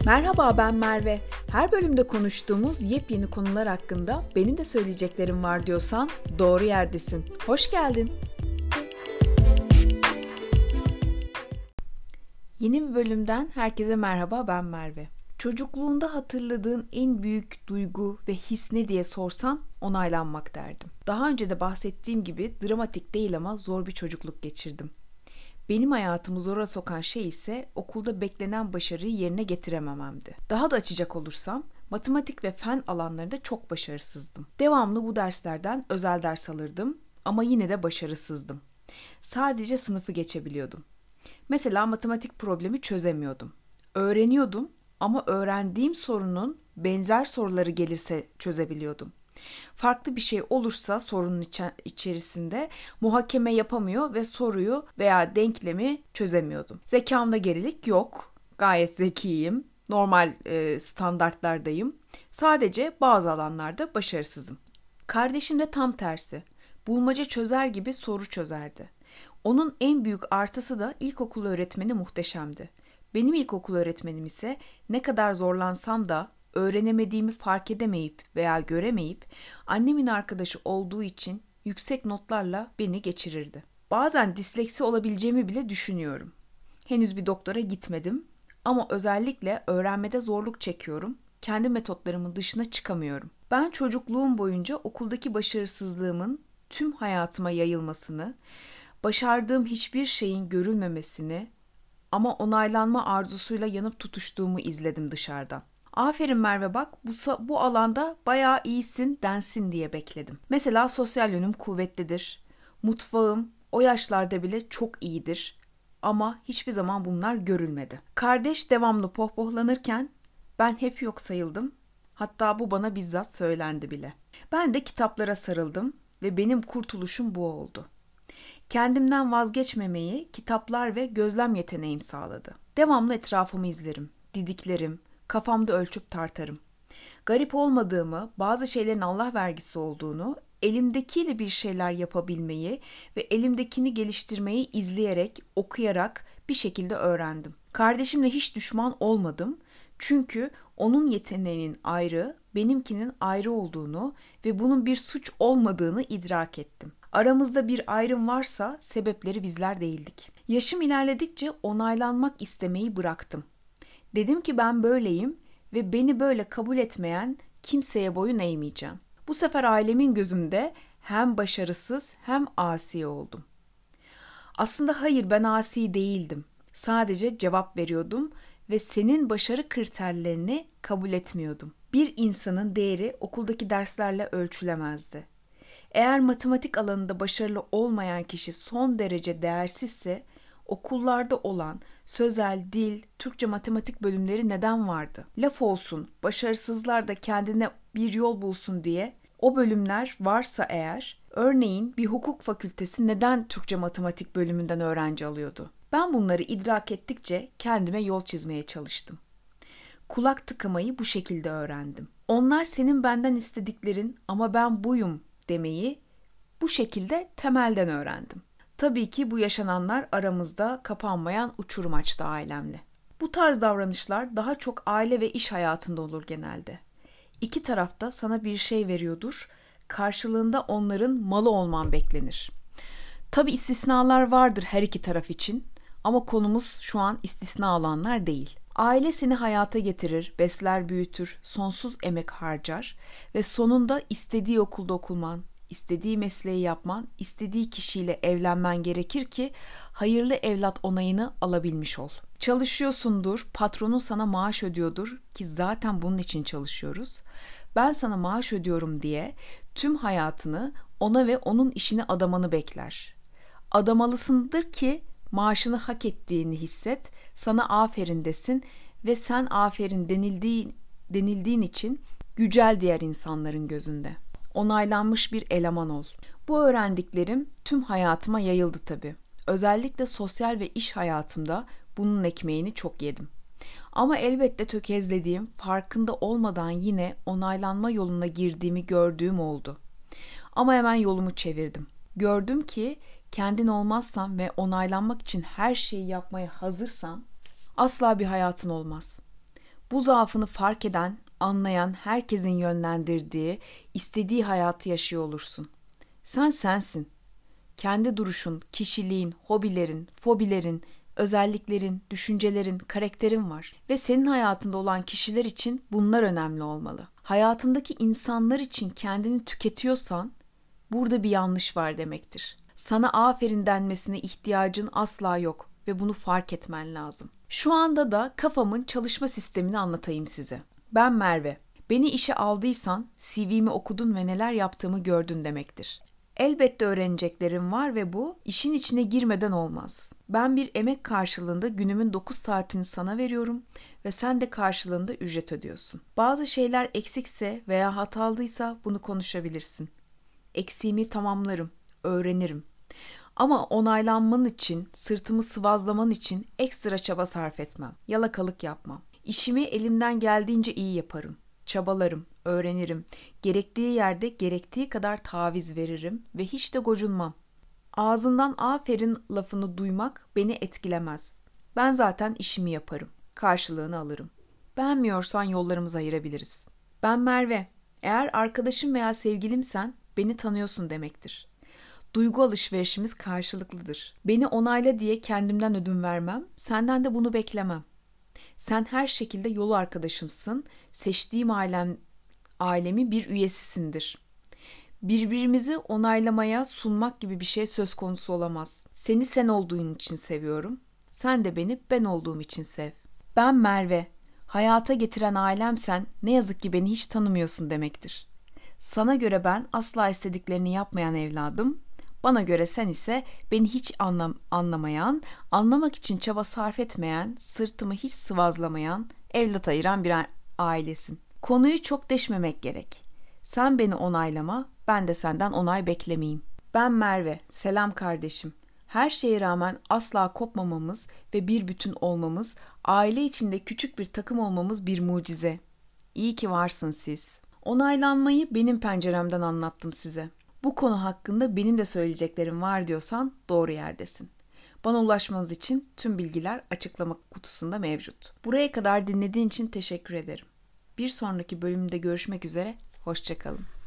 Merhaba, ben Merve. Her bölümde konuştuğumuz yepyeni konular hakkında benim de söyleyeceklerim var diyorsan doğru yerdesin. Hoş geldin. Yeni bir bölümden herkese merhaba, ben Merve. Çocukluğunda hatırladığın en büyük duygu ve his ne diye sorsan onaylanmak derdim. Daha önce de bahsettiğim gibi dramatik değil ama zor bir çocukluk geçirdim. Benim hayatımı zora sokan şey ise okulda beklenen başarıyı yerine getiremememdi. Daha da açacak olursam matematik ve fen alanlarında çok başarısızdım. Devamlı bu derslerden özel ders alırdım ama yine de başarısızdım. Sadece sınıfı geçebiliyordum. Mesela matematik problemi çözemiyordum. Öğreniyordum ama öğrendiğim sorunun benzer soruları gelirse çözebiliyordum. Farklı bir şey olursa sorunun içerisinde muhakeme yapamıyor ve soruyu veya denklemi çözemiyordum. Zekamda gerilik yok. Gayet zekiyim. Normal standartlardayım. Sadece bazı alanlarda başarısızım. Kardeşim de tam tersi. Bulmaca çözer gibi soru çözerdi. Onun en büyük artısı da ilkokul öğretmeni muhteşemdi. Benim ilkokul öğretmenim ise ne kadar zorlansam da öğrenemediğimi fark edemeyip veya göremeyip annemin arkadaşı olduğu için yüksek notlarla beni geçirirdi. Bazen disleksi olabileceğimi bile düşünüyorum. Henüz bir doktora gitmedim ama özellikle öğrenmede zorluk çekiyorum. Kendi metotlarımın dışına çıkamıyorum. Ben çocukluğum boyunca okuldaki başarısızlığımın tüm hayatıma yayılmasını, başardığım hiçbir şeyin görülmemesini ama onaylanma arzusuyla yanıp tutuştuğumu izledim dışarıdan. Aferin Merve bak bu alanda bayağı iyisin densin diye bekledim. Mesela sosyal yönüm kuvvetlidir. Mutfağım o yaşlarda bile çok iyidir. Ama hiçbir zaman bunlar görülmedi. Kardeş devamlı pohpohlanırken ben hep yok sayıldım. Hatta bu bana bizzat söylendi bile. Ben de kitaplara sarıldım ve benim kurtuluşum bu oldu. Kendimden vazgeçmemeyi kitaplar ve gözlem yeteneğim sağladı. Devamlı etrafımı izlerim, didiklerim, kafamda ölçüp tartarım. Garip olmadığımı, bazı şeylerin Allah vergisi olduğunu, elimdekiyle bir şeyler yapabilmeyi ve elimdekini geliştirmeyi izleyerek, okuyarak bir şekilde öğrendim. Kardeşimle hiç düşman olmadım. Çünkü onun yeteneğinin ayrı, benimkinin ayrı olduğunu ve bunun bir suç olmadığını idrak ettim. Aramızda bir ayrım varsa sebepleri bizler değildik. Yaşım ilerledikçe onaylanmak istemeyi bıraktım. Dedim ki ben böyleyim ve beni böyle kabul etmeyen kimseye boyun eğmeyeceğim. Bu sefer ailemin gözümde hem başarısız hem asi oldum. Aslında hayır, ben asi değildim. Sadece cevap veriyordum ve senin başarı kriterlerini kabul etmiyordum. Bir insanın değeri okuldaki derslerle ölçülemezdi. Eğer matematik alanında başarılı olmayan kişi son derece değersizse, okullarda olan sözel, dil, Türkçe, matematik bölümleri neden vardı? Laf olsun, başarısızlar da kendine bir yol bulsun diye o bölümler varsa eğer, örneğin bir hukuk fakültesi neden Türkçe matematik bölümünden öğrenci alıyordu? Ben bunları idrak ettikçe kendime yol çizmeye çalıştım. Kulak tıkamayı bu şekilde öğrendim. Onlar senin benden istediklerin ama ben buyum demeyi bu şekilde temelden öğrendim. Tabii ki bu yaşananlar aramızda kapanmayan uçurum açtı ailemle. Bu tarz davranışlar daha çok aile ve iş hayatında olur genelde. İki taraf da sana bir şey veriyordur, karşılığında onların malı olman beklenir. Tabii istisnalar vardır her iki taraf için ama konumuz şu an istisna olanlar değil. Aile seni hayata getirir, besler, büyütür, sonsuz emek harcar ve sonunda istediği okulda okuman, istediği mesleği yapman, istediği kişiyle evlenmen gerekir ki hayırlı evlat onayını alabilmiş ol. Çalışıyorsundur, patronun sana maaş ödüyordur ki zaten bunun için çalışıyoruz. Ben sana maaş ödüyorum diye tüm hayatını ona ve onun işine adamanı bekler. Adamalısındır ki maaşını hak ettiğini hisset, sana aferin desin ve sen aferin denildiğin için yücel diğer insanların gözünde. Onaylanmış bir eleman ol. Bu öğrendiklerim tüm hayatıma yayıldı tabii. Özellikle sosyal ve iş hayatımda bunun ekmeğini çok yedim. Ama elbette tökezlediğim, farkında olmadan yine onaylanma yoluna girdiğimi gördüğüm oldu. Ama hemen yolumu çevirdim. Gördüm ki kendin olmazsan ve onaylanmak için her şeyi yapmaya hazırsan asla bir hayatın olmaz. Bu zaafını fark eden, anlayan, herkesin yönlendirdiği, istediği hayatı yaşıyor olursun. Sen sensin. Kendi duruşun, kişiliğin, hobilerin, fobilerin, özelliklerin, düşüncelerin, karakterin var. Ve senin hayatında olan kişiler için bunlar önemli olmalı. Hayatındaki insanlar için kendini tüketiyorsan burada bir yanlış var demektir. Sana aferin denmesine ihtiyacın asla yok ve bunu fark etmen lazım. Şu anda da kafamın çalışma sistemini anlatayım size. Ben Merve. Beni işe aldıysan CV'mi okudun ve neler yaptığımı gördün demektir. Elbette öğreneceklerim var ve bu işin içine girmeden olmaz. Ben bir emek karşılığında günümün 9 saatini sana veriyorum ve sen de karşılığında ücret ödüyorsun. Bazı şeyler eksikse veya hatalıysa bunu konuşabilirsin. Eksiğimi tamamlarım, öğrenirim. Ama onaylanman için, sırtımı sıvazlaman için ekstra çaba sarf etmem. Yalakalık yapmam. İşimi elimden geldiğince iyi yaparım. Çabalarım, öğrenirim. Gerektiği yerde gerektiği kadar taviz veririm ve hiç de gocunmam. Ağzından aferin lafını duymak beni etkilemez. Ben zaten işimi yaparım. Karşılığını alırım. Beğenmiyorsan yollarımızı ayırabiliriz. Ben Merve. Eğer arkadaşım veya sevgilimsen beni tanıyorsun demektir. Duygu alışverişimiz karşılıklıdır. Beni onayla diye kendimden ödün vermem, senden de bunu beklemem. Sen her şekilde yol arkadaşımsın, seçtiğim ailemi bir üyesisindir. Birbirimizi onaylamaya, sunmak gibi bir şey söz konusu olamaz. Seni sen olduğun için seviyorum, sen de beni ben olduğum için sev. Ben Merve, hayata getiren ailemsen ne yazık ki beni hiç tanımıyorsun demektir. Sana göre ben asla istediklerini yapmayan evladım, bana göre sen ise beni hiç anlamayan, anlamak için çaba sarf etmeyen, sırtımı hiç sıvazlamayan, evlat ayıran bir ailesin. Konuyu çok deşmemek gerek. Sen beni onaylama, ben de senden onay beklemeyeyim. Ben Merve, selam kardeşim. Her şeye rağmen asla kopmamamız ve bir bütün olmamız, aile içinde küçük bir takım olmamız bir mucize. İyi ki varsın siz. Onaylanmayı benim penceremden anlattım size. Bu konu hakkında benim de söyleyeceklerim var diyorsan doğru yerdesin. Bana ulaşmanız için tüm bilgiler açıklama kutusunda mevcut. Buraya kadar dinlediğin için teşekkür ederim. Bir sonraki bölümde görüşmek üzere, hoşça kalın.